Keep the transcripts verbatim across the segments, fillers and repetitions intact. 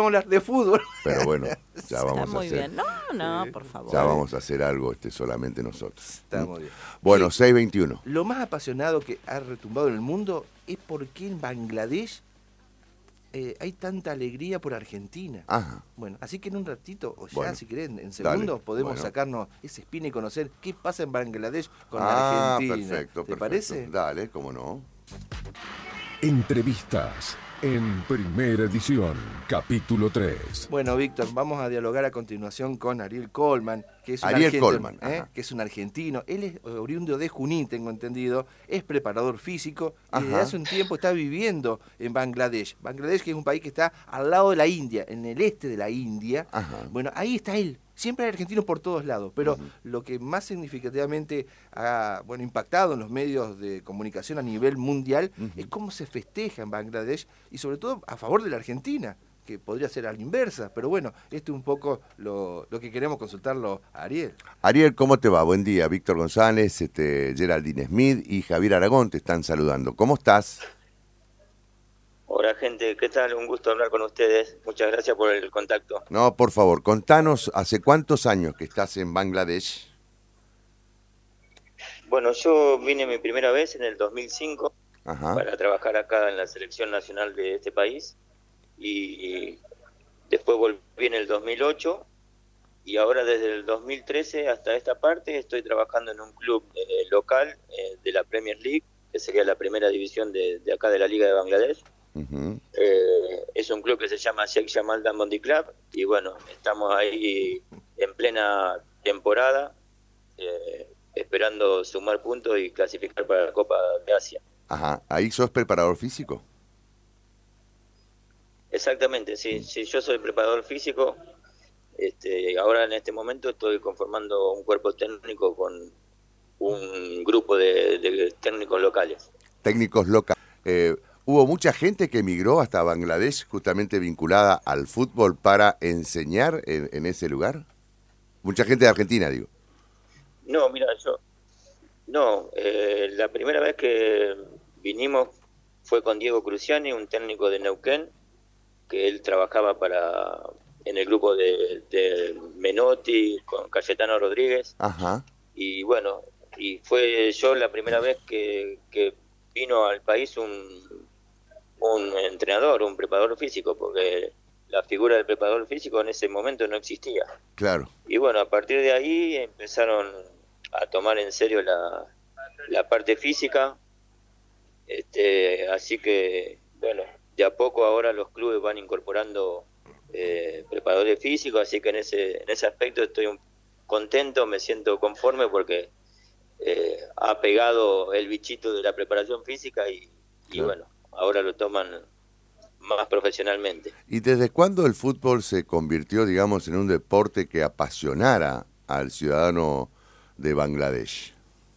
hablar de fútbol. Pero bueno, ya vamos Está muy a hacer. bien. No, no, Sí. por favor. Ya vamos a hacer algo este solamente nosotros. Está muy bien. Bueno, Y seis veintiuno. lo más apasionado que ha retumbado en el mundo es por qué en Bangladesh eh, hay tanta alegría por Argentina. Ajá. Bueno, así que en un ratito, o ya Bueno, si querés, en, en dale, segundos, podemos bueno. sacarnos ese espina y conocer qué pasa en Bangladesh con Ah, Argentina. perfecto, ¿Te perfecto. parece? Dale, cómo no. Entrevistas en Primera Edición, capítulo tres. Bueno, Víctor, vamos a dialogar a continuación con Ariel Colman, que es un, Ariel argentino, Colman, ¿eh? ajá. que es un argentino. Él es oriundo de Junín, tengo entendido, es preparador físico y desde Ajá. hace un tiempo está viviendo en Bangladesh. Bangladesh, que es un país que está al lado de la India, en el este de la India. Ajá. Bueno, ahí está él. Siempre hay argentinos por todos lados, pero Ujú. lo que más significativamente ha bueno, impactado en los medios de comunicación a nivel mundial Ujú. es cómo se festeja en Bangladesh y sobre todo a favor de la Argentina, que podría ser a la inversa, pero bueno, esto es un poco lo, lo que queremos consultarlo a Ariel. Ariel, ¿cómo te va? Buen día. Víctor González, este, Geraldine Smith y Javier Aragón te están saludando. ¿Cómo estás? Hola gente, ¿qué tal? Un gusto hablar con ustedes. Muchas gracias por el contacto. No, por favor, contanos, ¿hace cuántos años que estás en Bangladesh? Bueno, yo vine mi primera vez en el dos mil cinco Ajá. para trabajar acá en la selección nacional de este país y después volví en el dos mil ocho y ahora desde el dos mil trece hasta esta parte estoy trabajando en un club eh, local eh, de la Premier League, que sería la primera división de, de acá de la Liga de Bangladesh. Ujú. Eh, es un club que se llama Sheikh Jamal Dhanmondi Club y bueno, estamos ahí en plena temporada eh, esperando sumar puntos y clasificar para la Copa de Asia. Ajá. ¿Ahí sos preparador físico? Exactamente, sí, sí, yo soy preparador físico. Este, ahora en este momento estoy conformando un cuerpo técnico con un grupo de, de técnicos locales. Técnicos locales. Eh, ¿Hubo mucha gente que emigró hasta Bangladesh justamente vinculada al fútbol para enseñar en, en ese lugar? Mucha gente de Argentina, digo. No, mira, yo... No, eh, la primera vez que vinimos fue con Diego Cruciani, un técnico de Neuquén, que él trabajaba para en el grupo de, de Menotti, con Cayetano Rodríguez. Ajá. Y bueno, y fue yo la primera vez que, que vino al país un, un entrenador, un preparador físico, porque la figura del preparador físico en ese momento no existía. Claro. Y bueno, a partir de ahí empezaron a tomar en serio la, la parte física, este, así que bueno, de a poco ahora los clubes van incorporando eh, preparadores físicos, así que en ese, en ese aspecto estoy un, contento, me siento conforme porque eh, ha pegado el bichito de la preparación física y, y Claro. bueno, ahora lo toman más profesionalmente. ¿Y desde cuándo el fútbol se convirtió, digamos, en un deporte que apasionara al ciudadano de Bangladesh?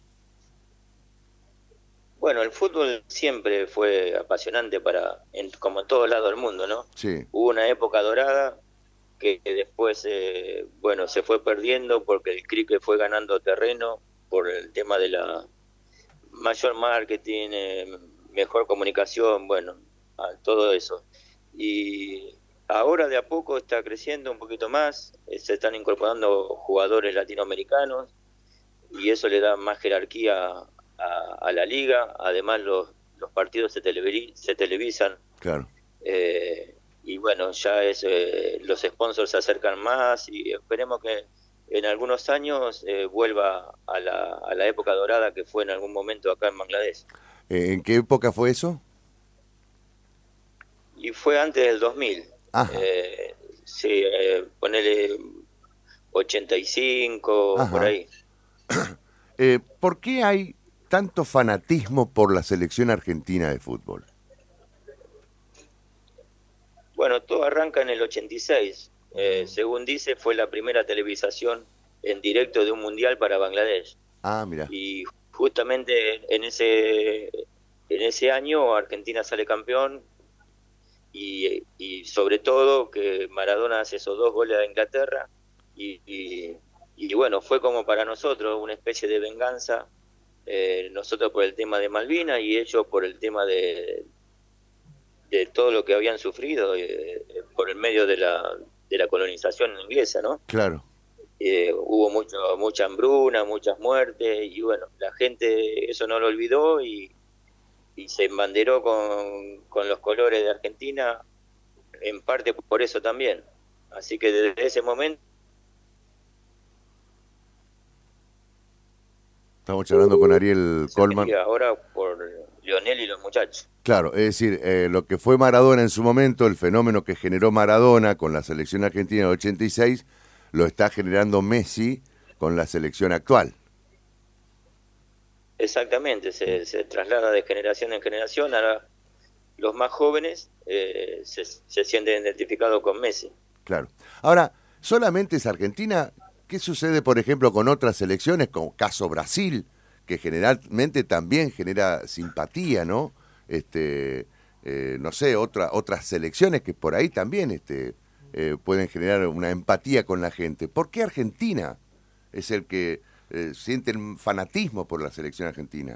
Bueno, el fútbol siempre fue apasionante para, en, como en todo lado del mundo, ¿no? Sí. Hubo una época dorada que después, eh, bueno, se fue perdiendo porque el cricket fue ganando terreno por el tema de la mayor marketing, eh, mejor comunicación, bueno, a todo eso. Y ahora de a poco está creciendo un poquito más, eh, se están incorporando jugadores latinoamericanos y eso le da más jerarquía a, a la liga. Además los, los partidos se, televi- se televisan. Claro. Eh, y bueno, ya es eh, los sponsors se acercan más y esperemos que en algunos años eh, vuelva a la, a la época dorada que fue en algún momento acá en Bangladesh. Eh, ¿En qué época fue eso? Y fue antes del dos mil. Ajá. Eh, sí, eh, ponele ochenta y cinco, Ajá. por ahí. Eh, ¿Por qué hay tanto fanatismo por la selección argentina de fútbol? Bueno, todo arranca en el ochenta y seis. Eh, según dice, fue la primera televisación en directo de un mundial para Bangladesh. Ah, mira. Y justamente en ese en ese año Argentina sale campeón y, y sobre todo que Maradona hace esos dos goles a Inglaterra y, y, y bueno, fue como para nosotros una especie de venganza, eh, nosotros por el tema de Malvinas y ellos por el tema de de todo lo que habían sufrido eh, por el medio de la, de la colonización inglesa, ¿no? Claro. Eh, hubo mucho, mucha hambruna, muchas muertes, y bueno, la gente eso no lo olvidó y, y se embanderó con, con los colores de Argentina, en parte por eso también. Así que desde ese momento... Estamos charlando con Ariel Colman. Ahora por Lionel y los muchachos. Claro, es decir, eh, lo que fue Maradona en su momento, el fenómeno que generó Maradona con la selección argentina del ochenta y seis, lo está generando Messi con la selección actual. Exactamente, se, se traslada de generación en generación. Ahora los más jóvenes eh, se, se sienten identificados con Messi. Claro. Ahora, ¿solamente es Argentina? ¿Qué sucede, por ejemplo, con otras selecciones, como caso Brasil, que generalmente también genera simpatía, ¿no? Este, eh, no sé, otra, otras selecciones que por ahí también este, eh, pueden generar una empatía con la gente. ¿Por qué Argentina es el que eh, siente el fanatismo por la selección argentina?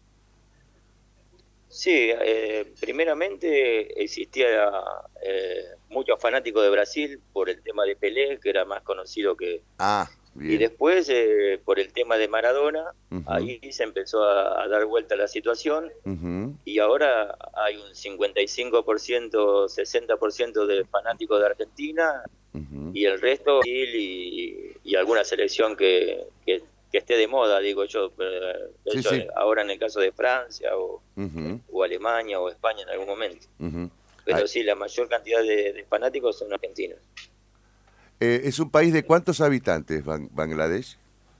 Sí, eh, primeramente existía eh, muchos fanáticos de Brasil por el tema de Pelé, que era más conocido que... Ah, bien. Y después, eh, por el tema de Maradona, uh-huh. ahí se empezó a, a dar vuelta la situación, uh-huh. y ahora hay un cincuenta y cinco por ciento, sesenta por ciento de fanáticos de Argentina, uh-huh. y el resto Brasil y, y alguna selección que, que, que esté de moda, digo yo. De sí, hecho, sí. ahora en el caso de Francia o, uh-huh. o Alemania o España en algún momento. Uh-huh. Pero Ay. sí, la mayor cantidad de, de fanáticos son argentinos. Eh, ¿Es un país de cuántos habitantes, Bangladesh?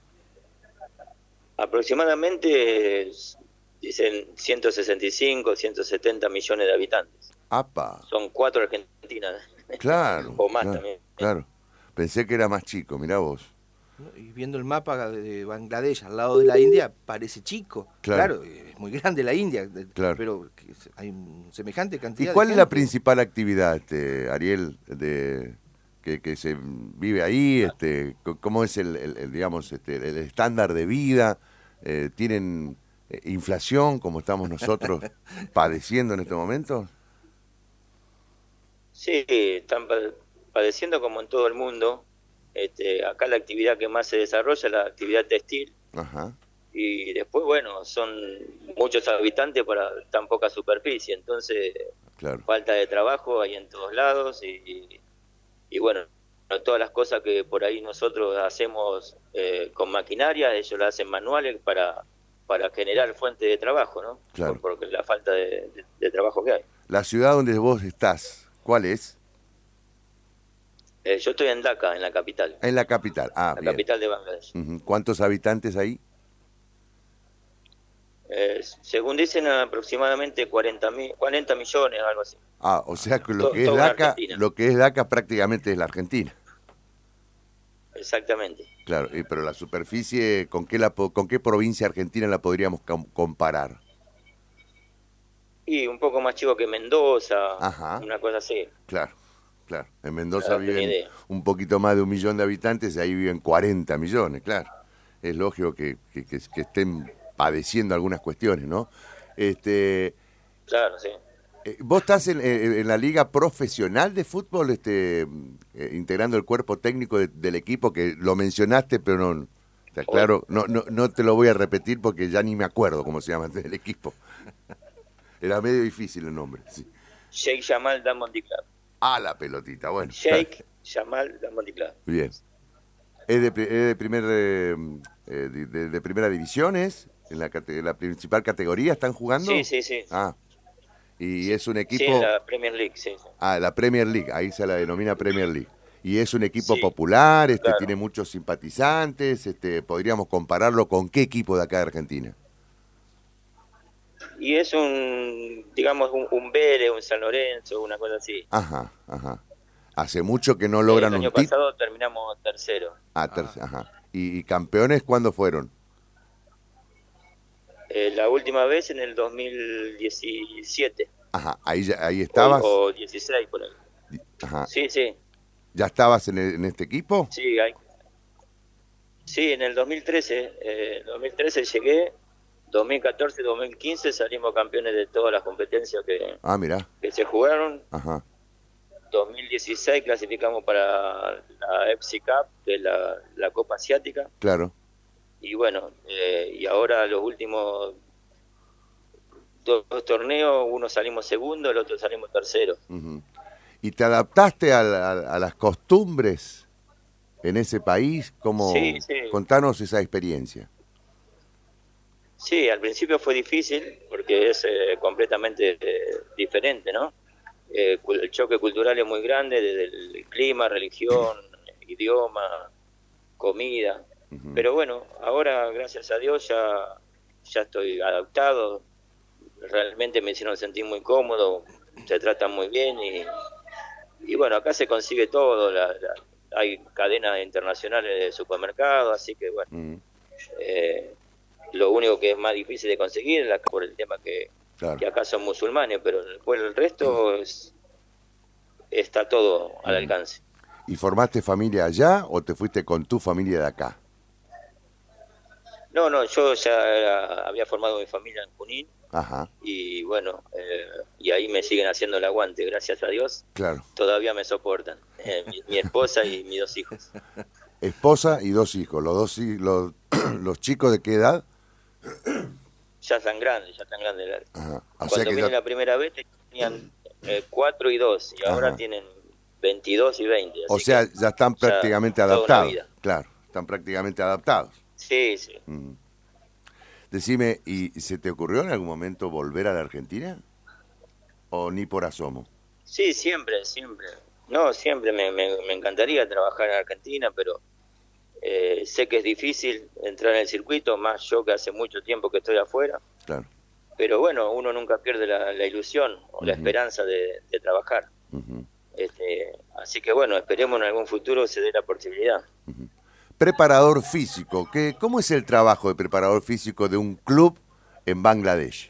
Aproximadamente, dicen ciento sesenta y cinco, ciento setenta millones de habitantes. ¡Apa! Son cuatro Argentinas. Claro. O más claro, también. Claro. Pensé que era más chico, mirá vos. Y viendo el mapa de Bangladesh al lado de la India, parece chico. Claro, claro es muy grande la India, claro. pero hay un semejante cantidad. ¿Y cuál de es la gente? principal actividad, este, Ariel, de que, que se vive ahí? Este, ¿Cómo es el, el, el digamos, este, el estándar de vida? Eh, ¿Tienen eh, inflación como estamos nosotros padeciendo en este momento? Sí, están padeciendo como en todo el mundo. Este, acá la actividad que más se desarrolla es la actividad textil. Ajá. Y después, bueno, son muchos habitantes para tan poca superficie, entonces claro. falta de trabajo hay en todos lados y, y bueno, todas las cosas que por ahí nosotros hacemos eh, con maquinaria, ellos las hacen manuales para, para generar fuente de trabajo, ¿no? Claro. Por, porque la falta de, de, de trabajo que hay. La ciudad donde vos estás, ¿cuál es? Eh, yo estoy en Dhaka, en la capital. En la capital, ah, La bien. capital de Bangladesh. Uh-huh. ¿Cuántos habitantes ahí? Eh, según dicen, aproximadamente cuarenta, mil, cuarenta millones o algo así. Ah, o sea que lo todo, que es Dhaka, lo que es Dhaka prácticamente es la Argentina. Exactamente. Claro, y, pero la superficie, ¿con qué, la, ¿con qué provincia argentina la podríamos com- comparar? Y un poco más chico que Mendoza, Ajá. una cosa así. Claro, claro. En Mendoza Claro, viven idea. un poquito más de un millón de habitantes y ahí viven cuarenta millones, claro. Es lógico que, que, que, que estén padeciendo algunas cuestiones, ¿no? Este, Claro, sí. eh, ¿Vos estás en, en, en la liga profesional de fútbol, este, eh, integrando el cuerpo técnico de, del equipo, que lo mencionaste, pero no, está claro, no, no, no te lo voy a repetir porque ya ni me acuerdo cómo se llama el equipo. Era medio difícil el nombre, sí. Sheikh Jamal Diamond Club. Ah, la pelotita, bueno. Sheikh Jamal Diamond Club. Bien. ¿Es de, es de, primer, eh, de, de, de primera división, es? ¿En la, en la principal categoría están jugando? Sí, sí, sí. Ah, y es un equipo... Sí, en la Premier League, sí. sí. Ah, la Premier League, ahí se la denomina Premier League. Y es un equipo Sí, popular, este, claro. tiene muchos simpatizantes, este, podríamos compararlo con qué equipo de acá de Argentina. Y es un, digamos, un, un Vélez, un San Lorenzo, una cosa así. Ajá, ajá. Hace mucho que no logran El año un título. pasado terminamos tercero. Ah, ter- ajá. ¿Y, y campeones cuándo fueron? Eh, la última vez en el dos mil diecisiete. Ajá, ahí, ya- ahí estabas. O, o dieciséis, por ahí. Ajá. Sí, sí. ¿Ya estabas en, el- en este equipo? Sí, hay... sí, en el dos mil trece. Eh, en dos mil trece llegué dos mil catorce y dos mil quince salimos campeones de todas las competencias que, Ah, mirá. que se jugaron. Ajá. dos mil dieciséis clasificamos para la F C Cup, que es la, la Copa Asiática. Claro. Y bueno, eh, y ahora los últimos dos, dos torneos, uno salimos segundo, el otro salimos tercero. Uh-huh. ¿Y te adaptaste a, la, a las costumbres en ese país? ¿Cómo? Sí, sí. Contanos esa experiencia. Sí, al principio fue difícil porque es eh, completamente eh, diferente, ¿no? Eh, el choque cultural es muy grande, desde el clima, religión, idioma, comida. Uh-huh. Pero bueno, ahora, gracias a Dios, ya, ya estoy adaptado. Realmente me hicieron sentir muy cómodo, se tratan muy bien y, y bueno, acá se consigue todo. La, la, hay cadenas internacionales de supermercados, así que bueno, uh-huh. eh, lo único que es más difícil de conseguir es la, por el tema que, claro. que acá son musulmanes, pero por el resto uh-huh. es, está todo uh-huh. al alcance. ¿Y formaste familia allá o te fuiste con tu familia de acá? No, no, yo ya era, había formado mi familia en Junín. Ajá. Y bueno, eh, y ahí me siguen haciendo el aguante, gracias a Dios. Claro. Todavía me soportan, eh, mi, mi esposa y mis dos hijos. Esposa y dos hijos. ¿Los dos los, los chicos de qué edad? Ya están grandes, ya están grandes. Ajá. O Cuando sea que vine ya... la primera vez tenían eh, cuatro y dos, y ahora Ajá. tienen veintidós y veinte. Así o sea, ya están prácticamente ya adaptados. Claro, están prácticamente adaptados. Sí, sí. Mm. Decime, ¿y se te ocurrió en algún momento volver a la Argentina? ¿O ni por asomo? Sí, siempre, siempre. No, siempre me, me, me encantaría trabajar en Argentina, pero eh, sé que es difícil entrar en el circuito, más yo que hace mucho tiempo que estoy afuera. Claro. Pero bueno, uno nunca pierde la, la ilusión o uh-huh. la esperanza de, de trabajar. Uh-huh. Este, así que bueno, esperemos en algún futuro se dé la posibilidad. Uh-huh. Preparador físico, ¿qué, ¿cómo es el trabajo de preparador físico de un club en Bangladesh?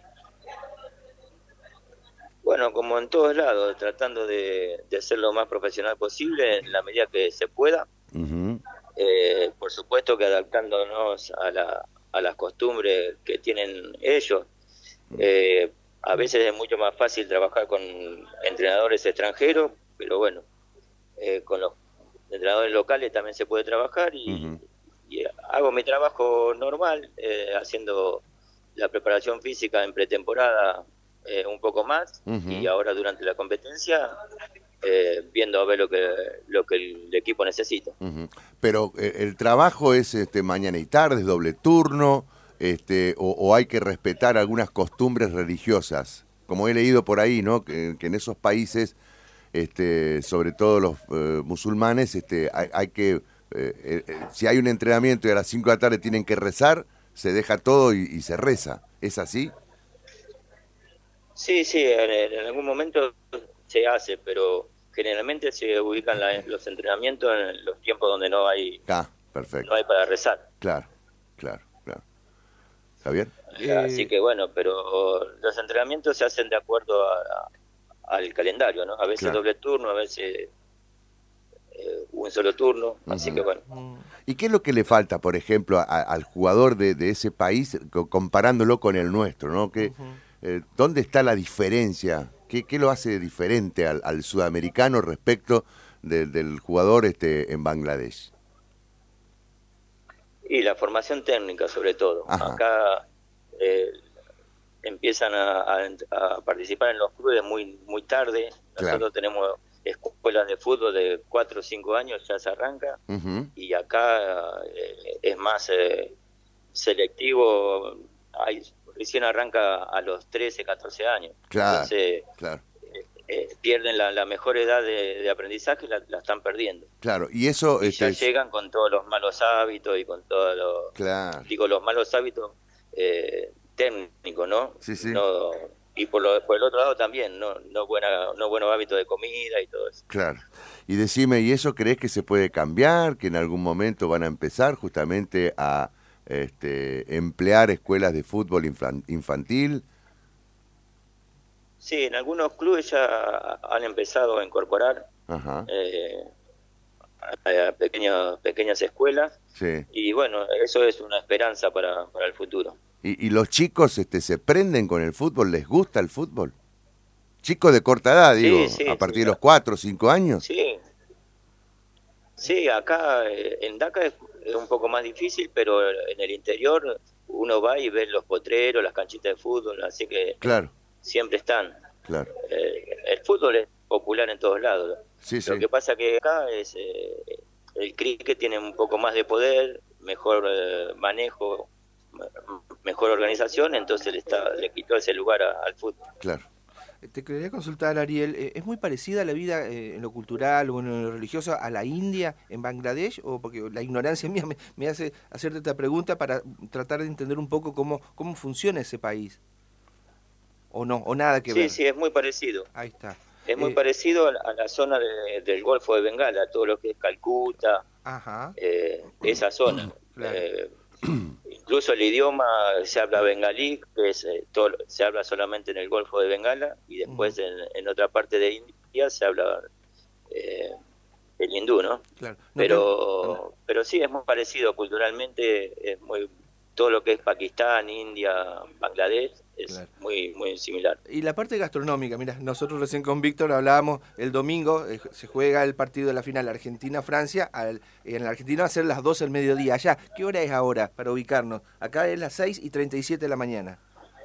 Bueno, como en todos lados, tratando de, de ser lo más profesional posible en la medida que se pueda. Uh-huh. Eh, por supuesto que adaptándonos a, la, a las costumbres que tienen ellos. Eh, a veces es mucho más fácil trabajar con entrenadores extranjeros, pero bueno, eh, con los entrenadores locales también se puede trabajar y, uh-huh. y hago mi trabajo normal, eh, haciendo la preparación física en pretemporada eh, un poco más uh-huh. y ahora durante la competencia eh, viendo a ver lo que lo que el equipo necesita. Uh-huh. Pero eh, el trabajo es este mañana y tarde, es doble turno, este o, o hay que respetar algunas costumbres religiosas, como he leído por ahí, ¿no? Que, que en esos países Este, sobre todo los eh, musulmanes, este, hay, hay que, eh, eh, si hay un entrenamiento y a las cinco de la tarde tienen que rezar, se deja todo y, y se reza. ¿Es así? Sí, sí, en, en algún momento se hace, pero generalmente se ubican la, los entrenamientos en los tiempos donde no hay, ah, perfecto. no hay para rezar. Claro, claro, claro. ¿Está bien? Así eh... que bueno, pero los entrenamientos se hacen de acuerdo a... a al calendario, ¿no? A veces claro. doble turno, a veces eh, un solo turno, uh-huh. así que bueno. ¿Y qué es lo que le falta, por ejemplo, a, al jugador de, de ese país, comparándolo con el nuestro, ¿no? Que, uh-huh. eh, ¿dónde está la diferencia? ¿Qué, qué lo hace diferente al, al sudamericano respecto de, del jugador este en Bangladesh? Y la formación técnica, sobre todo. Ajá. Acá... Eh, empiezan a, a, a participar en los clubes muy muy tarde. Nosotros claro. tenemos escuelas de fútbol de cuatro o cinco años, ya se arranca, uh-huh. y acá eh, es más eh, selectivo, hay, recién arranca a los trece, catorce años. Claro, Entonces claro. Eh, eh, pierden la, la mejor edad de, de aprendizaje, la, la están perdiendo. Claro, y eso... Y este, ya llegan con todos los malos hábitos y con todos los... Claro. Digo, los malos hábitos... Eh, técnico, ¿no? Sí, sí. No, y por, lo, por el otro lado también, no no buena no buenos hábitos de comida y todo eso. Claro. Y decime, ¿y eso crees que se puede cambiar? ¿Que en algún momento van a empezar justamente a este, emplear escuelas de fútbol infantil? Sí, en algunos clubes ya han empezado a incorporar Ajá. Eh, a, a pequeñas, pequeñas escuelas. Sí. Y bueno, eso es una esperanza para, para el futuro. ¿Y, y los chicos este, se prenden con el fútbol? ¿Les gusta el fútbol? Chicos de corta edad, digo, Sí, sí, a partir sí, de los cuatro o cinco años. Sí, sí, acá eh, en Daca es, es un poco más difícil, pero en el interior uno va y ve los potreros, las canchitas de fútbol, así que Claro, siempre están. claro. Eh, el fútbol es popular en todos lados. Sí, sí. Lo que pasa que acá es eh, el cricket tiene un poco más de poder, mejor eh, manejo, mejor organización, entonces le, está, le quitó ese lugar a, al fútbol. Claro. Te quería consultar, Ariel, eh, ¿es muy parecida la vida eh, en lo cultural o en lo religioso a la India, en Bangladesh? O porque la ignorancia mía me, me hace hacerte esta pregunta para tratar de entender un poco cómo, cómo funciona ese país. ¿O no? ¿O nada que Sí, ver? sí, es muy parecido. Ahí está. Es muy Eh, parecido a la, a la zona de- del Golfo de Bengala, todo lo que es Calcuta, Ajá. eh, esa zona. Claro. Eh, incluso el idioma se habla bengalí, que es, eh, todo, se habla solamente en el Golfo de Bengala, y después en, en otra parte de India se habla eh, el hindú, ¿no? Claro. No, Pero, pero sí, es muy parecido culturalmente, es muy todo lo que es Pakistán, India, Bangladesh, es Claro. muy muy similar. Y la parte gastronómica, mira, nosotros recién con Víctor hablábamos el domingo, eh, se juega el partido de la final Argentina-Francia, al- en la Argentina va a ser las doce del mediodía. Allá, ¿qué hora es ahora para ubicarnos? Acá es las seis y treinta y siete de la mañana.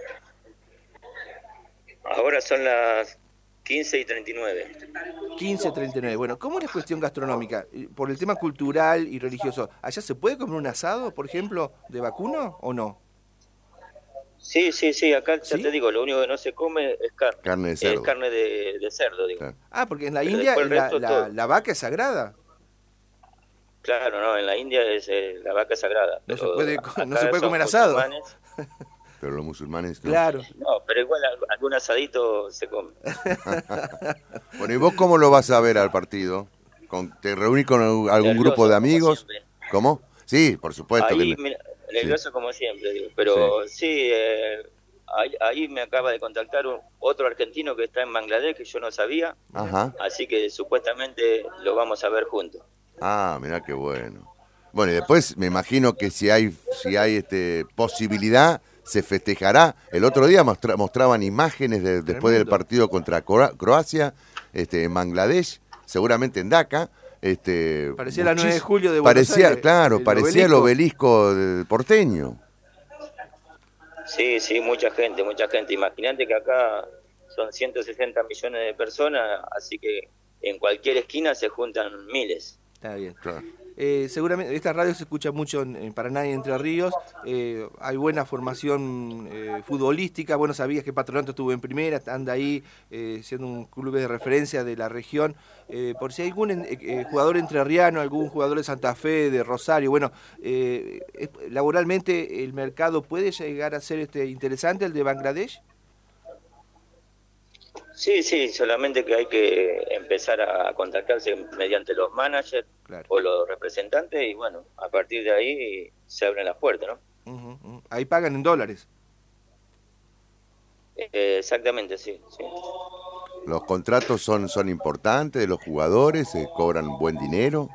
Ahora son las quince y treinta y nueve. quince treinta y nueve. Bueno, ¿cómo es la cuestión gastronómica? Eh, Por el tema cultural y religioso, ¿allá se puede comer un asado, por ejemplo, de vacuno o no? Sí, sí, sí, acá ¿Sí? ya te digo, lo único que no se come es carne. Carne de Es cerdo. carne de, de cerdo, digo. Claro. Ah, porque en la Pero India después el la, resto la- todo. la vaca es sagrada. Claro, no, en la India es eh, la vaca sagrada. No se pero puede co- no acá se puede son comer asado. musulmanes. Pero los musulmanes no. Claro. No, pero igual al- algún asadito se come. Bueno, ¿y vos cómo lo vas a ver al partido? ¿Con, ¿Te reunís con algún Nervioso, grupo de como amigos? siempre. ¿Cómo? Sí, por supuesto. Ahí, que... mira, nervioso como siempre, digo. Pero sí, eh, ahí, ahí me acaba de contactar un- otro argentino que está en Bangladesh, que yo no sabía. Ajá. Así que supuestamente lo vamos a ver juntos. Ah, mirá qué bueno. Bueno, y después me imagino que si hay si hay este posibilidad, se festejará. El otro día mostra- mostraban imágenes de- después del Tremendo. partido contra Cro- Croacia, este, en Bangladesh, seguramente en Dhaka. Este, Parecía la nueve de muchis- julio de Buenos parecía, Aires, Claro, el parecía el obelisco de- porteño. Sí, sí, mucha gente, mucha gente. Imagínate que acá son ciento sesenta millones de personas, así que en cualquier esquina se juntan miles. Está bien. Claro. Eh, seguramente esta radio se escucha mucho en, en Paraná y Entre Ríos. Eh, hay buena formación eh, futbolística. Bueno, sabías que Patronato estuvo en primera, anda ahí eh, siendo un club de referencia de la región. Eh, por si hay algún eh, eh, jugador entrerriano, algún jugador de Santa Fe, de Rosario, bueno, eh, es- laboralmente el mercado puede llegar a ser este interesante, el de Bangladesh. Sí, sí, solamente que hay que empezar a contactarse mediante los managers Claro. o los representantes y bueno, a partir de ahí se abren las puertas, ¿no? Ujú, ujú. Ahí pagan en dólares. Eh, exactamente, sí, sí. Los contratos son, son importantes de los jugadores, se cobran buen dinero.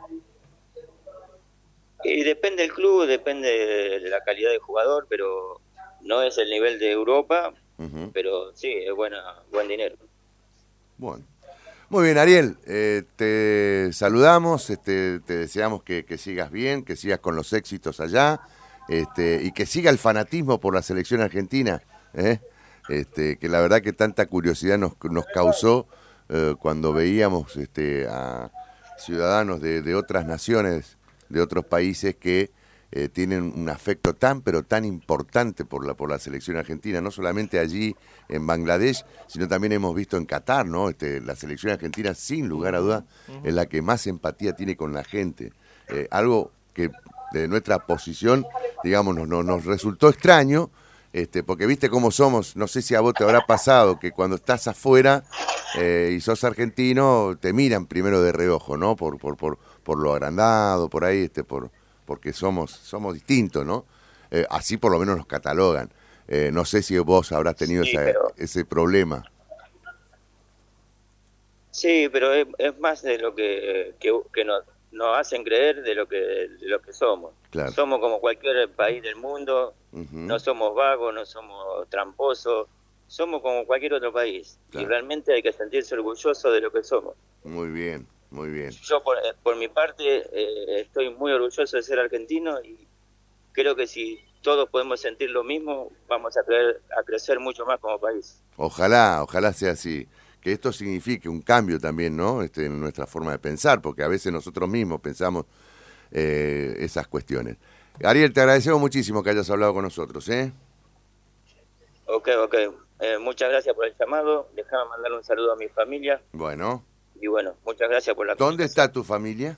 Y depende del club, depende de la calidad del jugador, pero no es el nivel de Europa, Ujú. pero sí, es buena, buen dinero. Bueno. Muy bien, Ariel, eh, te saludamos, este, te deseamos que, que sigas bien, que sigas con los éxitos allá, este, y que siga el fanatismo por la selección argentina, ¿eh? Este, que la verdad que tanta curiosidad nos, nos causó eh, cuando veíamos este, a ciudadanos de, de otras naciones, de otros países que eh, tienen un afecto tan pero tan importante por la por la selección argentina, no solamente allí en Bangladesh, sino también hemos visto en Qatar, ¿no? Este, la selección argentina, sin lugar a duda, es la que más empatía tiene con la gente. Eh, algo que de nuestra posición, digamos, nos, nos, nos resultó extraño, este, porque viste cómo somos, no sé si a vos te habrá pasado, que cuando estás afuera eh, y sos argentino, te miran primero de reojo, ¿no? Por, por, por, por lo agrandado, por ahí, este, por porque somos somos distintos, ¿no? Eh, así por lo menos nos catalogan. Eh, no sé si vos habrás tenido Sí, esa- pero- ese problema. Sí, pero es, es más de lo que, que, que nos, nos hacen creer de lo que de lo que somos. Claro. Somos como cualquier país del mundo, Uh-huh. no somos vagos, no somos tramposos, somos como cualquier otro país. Claro. Y realmente hay que sentirse orgulloso de lo que somos. Muy bien, muy bien. Yo por, por mi parte eh, estoy muy orgulloso de ser argentino y creo que si todos podemos sentir lo mismo, vamos a, creer, a crecer mucho más como país. Ojalá, ojalá sea así. Que esto signifique un cambio también, ¿no? Este, en nuestra forma de pensar, porque a veces nosotros mismos pensamos eh, esas cuestiones. Ariel, te agradecemos muchísimo que hayas hablado con nosotros, ¿eh? Ok, ok. Eh, muchas gracias por el llamado. Déjame mandarle un saludo a mi familia. Bueno. Y bueno, muchas gracias por la ¿Dónde está tu familia?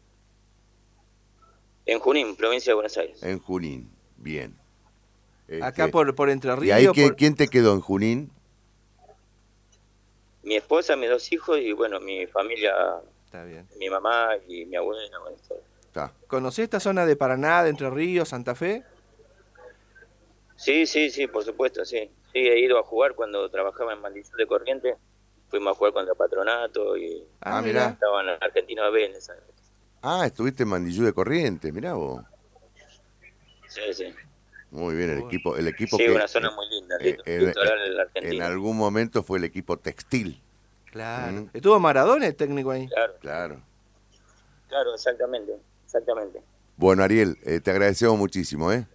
En Junín, provincia de Buenos Aires. En Junín, bien. Este, Acá por, por Entre Ríos. ¿Y ahí qué- por... quién te quedó en Junín? Mi esposa, mis dos hijos y bueno, mi familia, Está bien. mi mamá y mi abuela. Bueno, todo. Está. ¿Conocés esta zona de Paraná, de Entre Ríos, Santa Fe? Sí, sí, sí, por supuesto, sí. Sí, he ido a jugar cuando trabajaba en Mandillú de Corrientes. Fuimos a jugar contra Patronato y Ah, mirá. estaban en Argentina B en esa época. Ah, estuviste en Mandillú de Corrientes, mirá vos. Sí, sí. Muy bien, el equipo, el equipo Sí, que una zona eh, muy linda, eh, lit- en- litoral de la en Argentina. algún momento fue el equipo textil. Claro. Mm. ¿Estuvo Maradona el técnico ahí? Claro, Claro. claro, exactamente, exactamente. Bueno, Ariel, eh, te agradecemos muchísimo, ¿eh?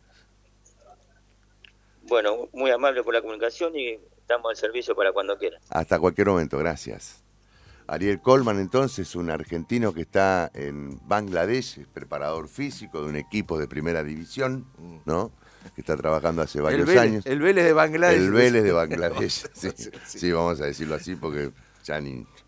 Bueno, muy amable por la comunicación y estamos al servicio para cuando quieran. Hasta cualquier momento, gracias. Ariel Colman, entonces, un argentino que está en Bangladesh, es preparador físico de un equipo de primera división, ¿no? Que está trabajando hace El varios Vélez, años. el Vélez de Bangladesh. El Vélez de Bangladesh, sí, sí, vamos a decirlo así porque ya ni,